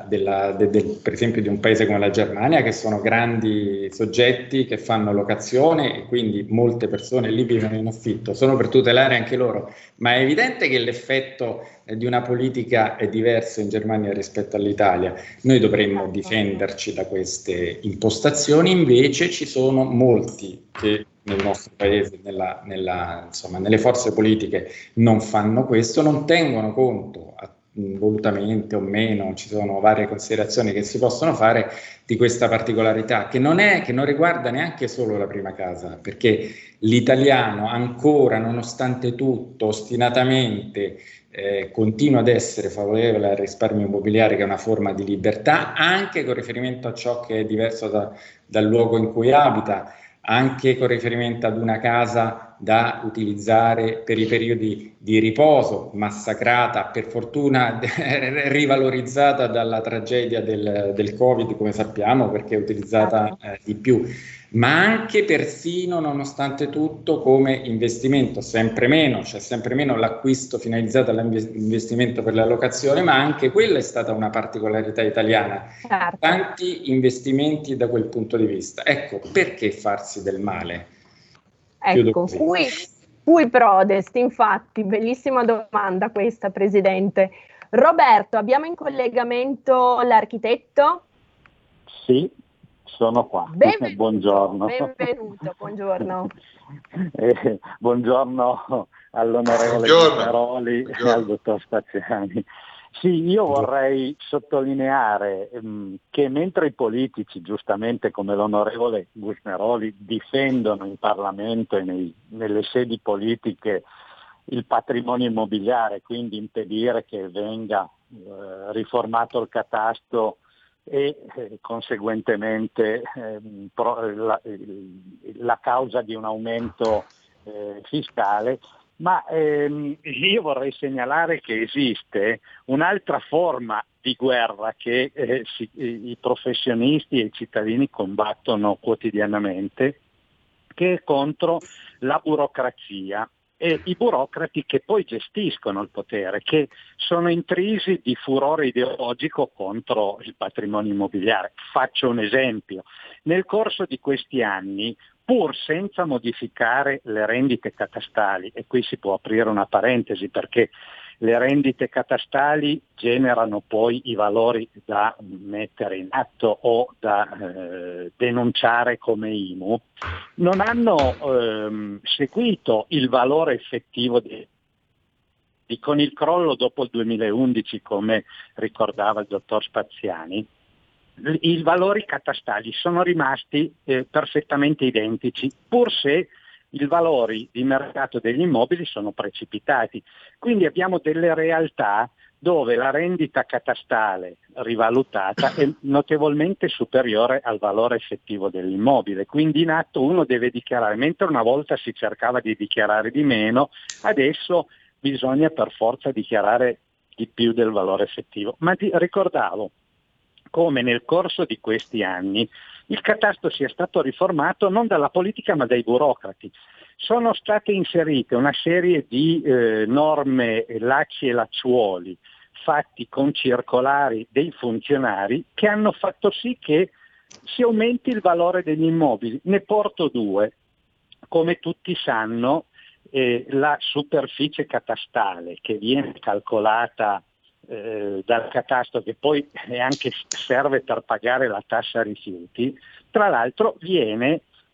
per esempio di un paese come la Germania, che sono grandi soggetti che fanno locazione e quindi molte persone lì vivono in affitto. Sono per tutelare anche loro, ma è evidente che l'effetto di una politica è diverso in Germania rispetto all'Italia. Noi dovremmo difenderci da queste impostazioni, invece ci sono molti che nel nostro paese, nelle forze politiche non fanno questo, non tengono conto volutamente o meno, ci sono varie considerazioni che si possono fare di questa particolarità che non riguarda neanche solo la prima casa, perché l'italiano ancora, nonostante tutto, ostinatamente continua ad essere favorevole al risparmio immobiliare, che è una forma di libertà, anche con riferimento a ciò che è diverso dal luogo in cui abita, anche con riferimento ad una casa da utilizzare per i periodi di riposo, massacrata, per fortuna rivalorizzata dalla tragedia del Covid, come sappiamo, perché è utilizzata di più, ma anche persino, nonostante tutto, come investimento. Sempre meno, c'è sempre meno l'acquisto finalizzato all'investimento per la locazione, ma anche quella è stata una particolarità italiana. Certo. Tanti investimenti da quel punto di vista. Ecco, perché farsi del male? Ecco, cui prodest, infatti, bellissima domanda questa, Presidente. Roberto, abbiamo in collegamento l'architetto? Sì, sono qua. Benvenuto, buongiorno. Benvenuto, buongiorno. Buongiorno all'onorevole Gusmeroli e al dottor Spaziani. Sì, io vorrei sottolineare che mentre i politici, giustamente come l'onorevole Gusmeroli, difendono in Parlamento e nelle sedi politiche il patrimonio immobiliare, quindi impedire che venga riformato il catasto e conseguentemente la causa di un aumento fiscale, ma io vorrei segnalare che esiste un'altra forma di guerra che i professionisti e i cittadini combattono quotidianamente, che è contro la burocrazia e i burocrati che poi gestiscono il potere, che sono intrisi di furore ideologico contro il patrimonio immobiliare. Faccio un esempio. Nel corso di questi anni, pur senza modificare le rendite catastali, e qui si può aprire una parentesi perché le rendite catastali generano poi i valori da mettere in atto o da denunciare come IMU, non hanno seguito il valore effettivo con il crollo dopo il 2011, come ricordava il dottor Spaziani. I valori catastali sono rimasti perfettamente identici, pur se i valori di mercato degli immobili sono precipitati. Quindi abbiamo delle realtà dove la rendita catastale rivalutata è notevolmente superiore al valore effettivo dell'immobile. Quindi in atto uno deve dichiarare, mentre una volta si cercava di dichiarare di meno, adesso bisogna per forza dichiarare di più del valore effettivo. Ma ricordavo come nel corso di questi anni il catasto sia stato riformato non dalla politica ma dai burocrati. Sono state inserite una serie di norme, lacci e lacciuoli fatti con circolari dei funzionari che hanno fatto sì che si aumenti il valore degli immobili. Ne porto due. Come tutti sanno, la superficie catastale che viene calcolata dal catasto, che poi anche serve per pagare la tassa rifiuti, tra l'altro viene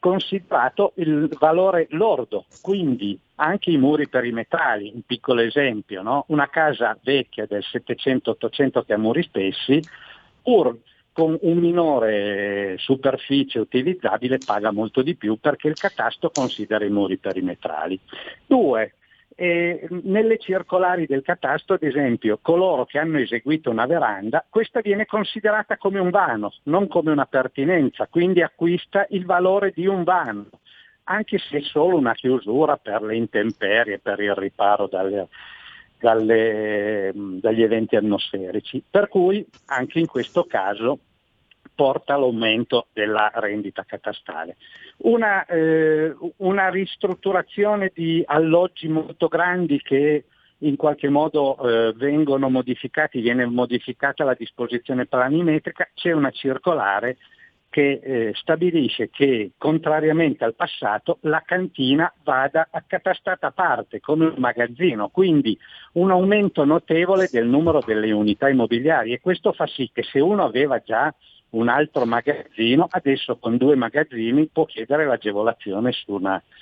considerato il valore lordo, quindi anche i muri perimetrali. Un piccolo esempio, no? Una casa vecchia del 700-800 che ha muri spessi, pur con un minore superficie utilizzabile paga molto di più perché il catasto considera i muri perimetrali. 2. Nelle circolari del catasto, ad esempio, coloro che hanno eseguito una veranda, questa viene considerata come un vano, non come una pertinenza, quindi acquista il valore di un vano, anche se è solo una chiusura per le intemperie, per il riparo dagli eventi atmosferici, per cui anche in questo caso porta all'aumento della rendita catastale. Una ristrutturazione di alloggi molto grandi che in qualche modo vengono modificati, viene modificata la disposizione planimetrica, c'è una circolare che stabilisce che, contrariamente al passato, la cantina vada accatastata a parte come un magazzino, quindi un aumento notevole del numero delle unità immobiliari, e questo fa sì che se uno aveva già un altro magazzino, adesso con 2 magazzini può chiedere l'agevolazione su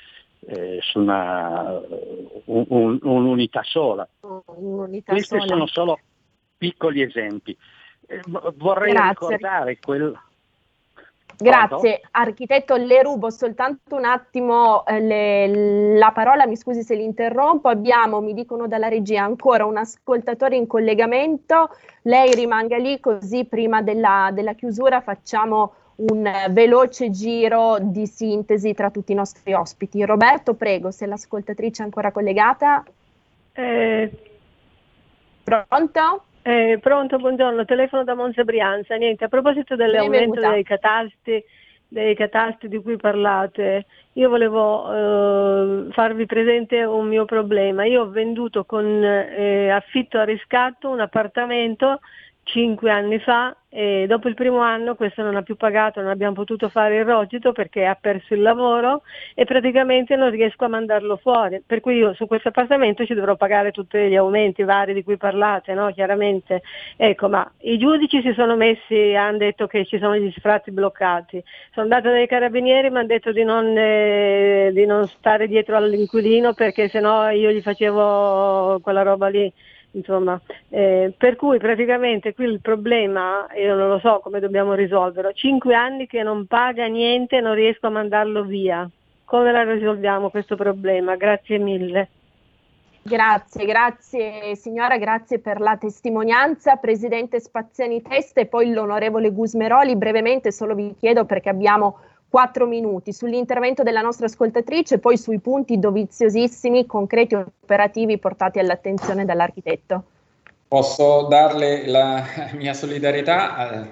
un'unità sola. Questi sono solo piccoli esempi. Vorrei ricordare Grazie, architetto, le rubo soltanto un attimo la parola, mi scusi se l'interrompo. Abbiamo, mi dicono dalla regia, ancora un ascoltatore in collegamento. Lei rimanga lì, così prima della chiusura facciamo un veloce giro di sintesi tra tutti i nostri ospiti. Roberto, prego, se l'ascoltatrice è ancora collegata. Pronto? Pronto, buongiorno, telefono da Monza Brianza. Niente, a proposito dell'aumento dei catasti di cui parlate, io volevo farvi presente un mio problema. Io ho venduto con affitto a riscatto un appartamento 5 anni fa e dopo il primo anno questo non ha più pagato, non abbiamo potuto fare il rogito perché ha perso il lavoro e praticamente non riesco a mandarlo fuori, per cui io su questo appartamento ci dovrò pagare tutti gli aumenti vari di cui parlate, no? Chiaramente, ecco, ma i giudici si sono messi, hanno detto che ci sono gli sfratti bloccati, sono andata dai carabinieri, mi hanno detto di non stare dietro all'inquilino perché sennò io gli facevo quella roba lì. Insomma, per cui praticamente qui il problema, io non lo so come dobbiamo risolverlo, 5 anni che non paga niente, non riesco a mandarlo via. Come la risolviamo questo problema? Grazie mille. Grazie signora, grazie per la testimonianza. Presidente Spaziani Testa e poi l'onorevole Gusmeroli, brevemente solo vi chiedo perché abbiamo 4 minuti sull'intervento della nostra ascoltatrice, poi sui punti doviziosissimi, concreti e operativi portati all'attenzione dall'architetto. Posso darle la mia solidarietà,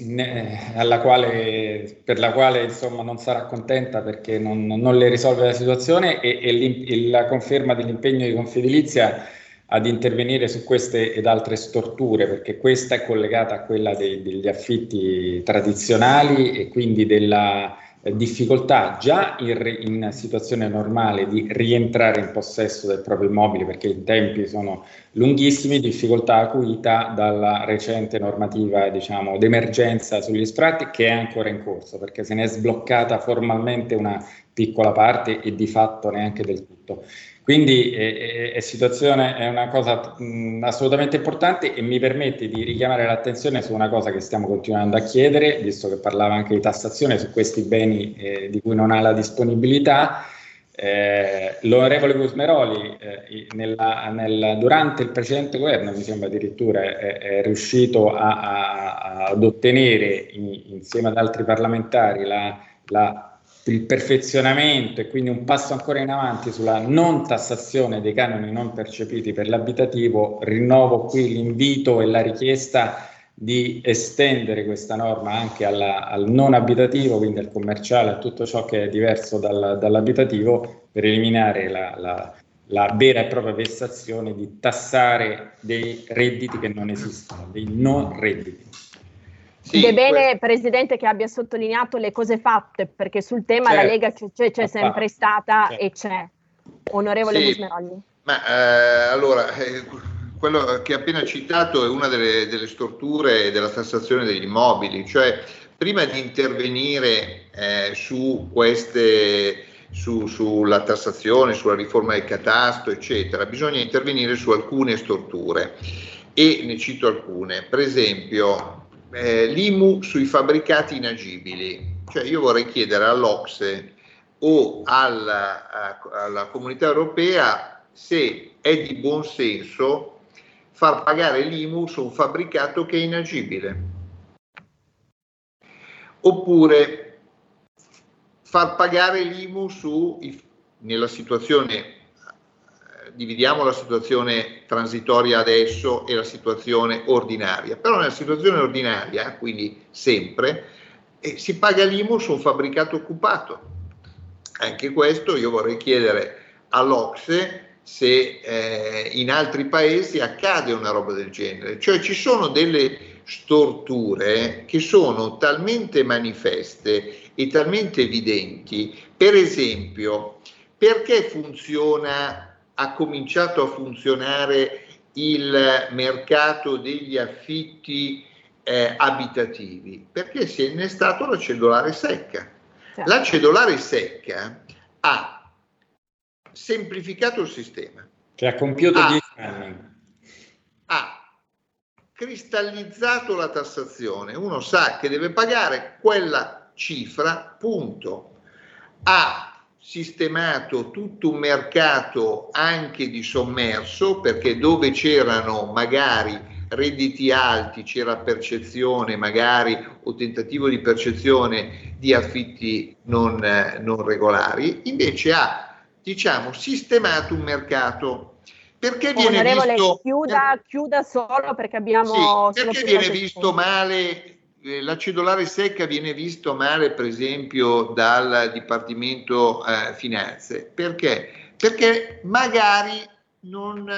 per la quale insomma non sarà contenta perché non le risolve la situazione, e la conferma dell'impegno di Confedilizia ad intervenire su queste ed altre storture, perché questa è collegata a quella degli affitti tradizionali e quindi della difficoltà già in situazione normale di rientrare in possesso del proprio immobile perché i tempi sono lunghissimi, difficoltà acuita dalla recente normativa, diciamo, d'emergenza sugli sfratti, che è ancora in corso perché se ne è sbloccata formalmente una piccola parte e di fatto neanche del tutto. Quindi è una cosa assolutamente importante e mi permette di richiamare l'attenzione su una cosa che stiamo continuando a chiedere, visto che parlava anche di tassazione su questi beni di cui non ha la disponibilità. L'onorevole Gusmeroli durante il precedente governo, mi sembra addirittura, è riuscito ad ottenere insieme ad altri parlamentari il perfezionamento e quindi un passo ancora in avanti sulla non tassazione dei canoni non percepiti per l'abitativo. Rinnovo qui l'invito e la richiesta di estendere questa norma anche al non abitativo, quindi al commerciale, a tutto ciò che è diverso dall'abitativo, per eliminare la vera e propria vessazione di tassare dei redditi che non esistono, dei non redditi. Sì, è bene, Presidente, che abbia sottolineato le cose fatte, perché sul tema la Lega c'è sempre stata e c'è. Onorevole Gusmeroli. Ma allora, quello che ha appena citato è una delle storture della tassazione degli immobili, cioè prima di intervenire su queste, sulla tassazione, sulla riforma del catasto, eccetera, bisogna intervenire su alcune storture, e ne cito alcune. Per esempio, l'IMU sui fabbricati inagibili. Cioè, io vorrei chiedere all'OCSE o alla Comunità Europea se è di buon senso far pagare l'IMU su un fabbricato che è inagibile, oppure far pagare l'IMU nella situazione, dividiamo la situazione transitoria adesso e la situazione ordinaria, però nella situazione ordinaria, quindi sempre, si paga l'IMU su un fabbricato occupato. Anche questo io vorrei chiedere all'OCSE se in altri paesi accade una roba del genere. Cioè, ci sono delle storture che sono talmente manifeste e talmente evidenti. Per esempio, perché ha cominciato a funzionare il mercato degli affitti abitativi? Perché si è innestato la cedolare secca. La cedolare secca ha semplificato il sistema. Che ha compiuto 10 anni. Ha cristallizzato la tassazione. Uno sa che deve pagare quella cifra, punto. Ha sistemato tutto un mercato anche di sommerso, perché dove c'erano magari redditi alti c'era percezione magari o tentativo di percezione di affitti non regolari. Invece ha, diciamo, sistemato un mercato. Perché viene visto, chiuda solo perché abbiamo perché viene visto male la cedolare secca, viene visto male per esempio dal Dipartimento Finanze? Perché magari non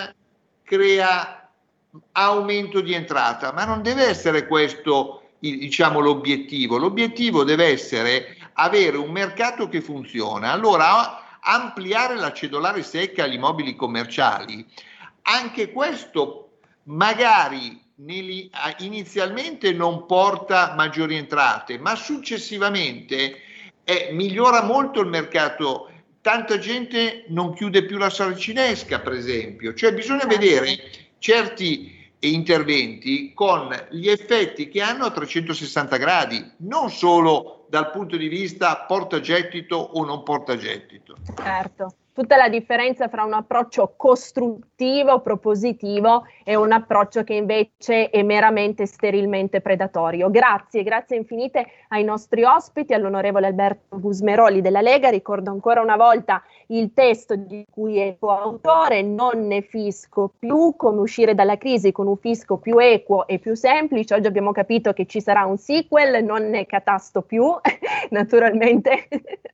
crea aumento di entrata, ma non deve essere questo l'obiettivo. L'obiettivo deve essere avere un mercato che funziona. Allora, ampliare la cedolare secca agli immobili commerciali, anche questo magari inizialmente non porta maggiori entrate, ma successivamente migliora molto il mercato. Tanta gente non chiude più la saracinesca, per esempio. Cioè, bisogna vedere certi interventi con gli effetti che hanno a 360 gradi, non solo dal punto di vista porta gettito o non porta gettito. Certo, tutta la differenza fra un approccio costruttivo, propositivo e un approccio che invece è meramente sterilmente predatorio. Grazie infinite ai nostri ospiti, all'onorevole Alberto Gusmeroli della Lega. Ricordo ancora una volta il testo di cui è coautore: Non ne fisco più, come uscire dalla crisi con un fisco più equo e più semplice. Oggi abbiamo capito che ci sarà un sequel, non ne catasto più, naturalmente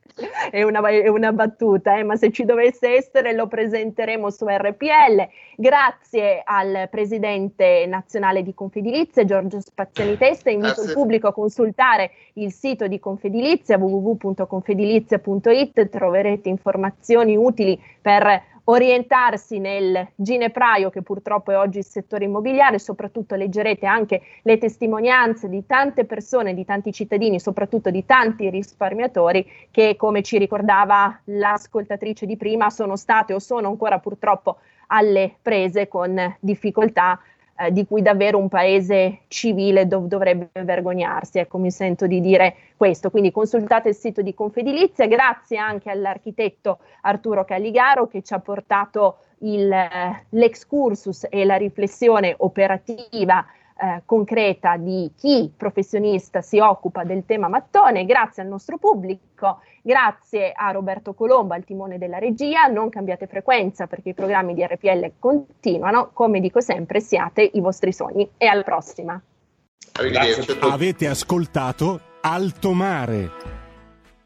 è una battuta, ma se ci dovesse essere lo presenteremo su RPL. Grazie al presidente nazionale di Confedilizia, Giorgio Spaziani Testa. Invito il pubblico a consultare il sito di Confedilizia, www.confedilizia.it. troverete informazioni utili per orientarsi nel ginepraio che purtroppo è oggi il settore immobiliare. Soprattutto leggerete anche le testimonianze di tante persone, di tanti cittadini, soprattutto di tanti risparmiatori che, come ci ricordava l'ascoltatrice di prima, sono state o sono ancora purtroppo alle prese con difficoltà di cui davvero un paese civile dovrebbe vergognarsi. Ecco, mi sento di dire questo. Quindi consultate il sito di Confedilizia. Grazie anche all'architetto Arturo Calligaro che ci ha portato l'excursus e la riflessione operativa concreta di chi professionista si occupa del tema mattone. Grazie al nostro pubblico, grazie a Roberto Colombo al timone della regia. Non cambiate frequenza perché i programmi di RPL continuano. Come dico sempre, siate i vostri sogni, e alla prossima. Avete ascoltato Alto Mare.